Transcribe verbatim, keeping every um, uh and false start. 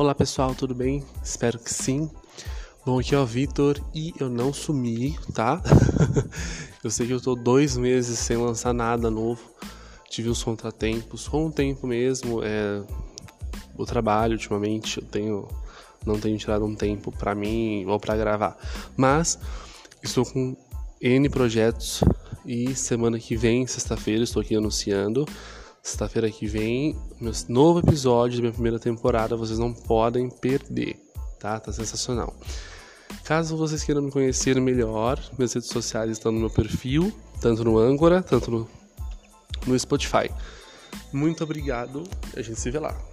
Olá pessoal, tudo bem? Espero que sim. Bom, aqui é o Vitor e eu não sumi, tá? Eu sei que eu tô dois meses sem lançar nada novo. Tive uns contratempos, com o tempo mesmo, é... o trabalho ultimamente, eu tenho... não tenho tirado um tempo pra mim ou pra gravar. Mas estou com N projetos e semana que vem, sexta-feira, estou aqui anunciando. Sexta-feira que vem, meu novo episódio da minha primeira temporada, vocês não podem perder, tá? Tá sensacional. Caso vocês queiram me conhecer melhor, minhas redes sociais estão no meu perfil, tanto no Anchor, tanto no, no Spotify. Muito obrigado, a gente se vê lá.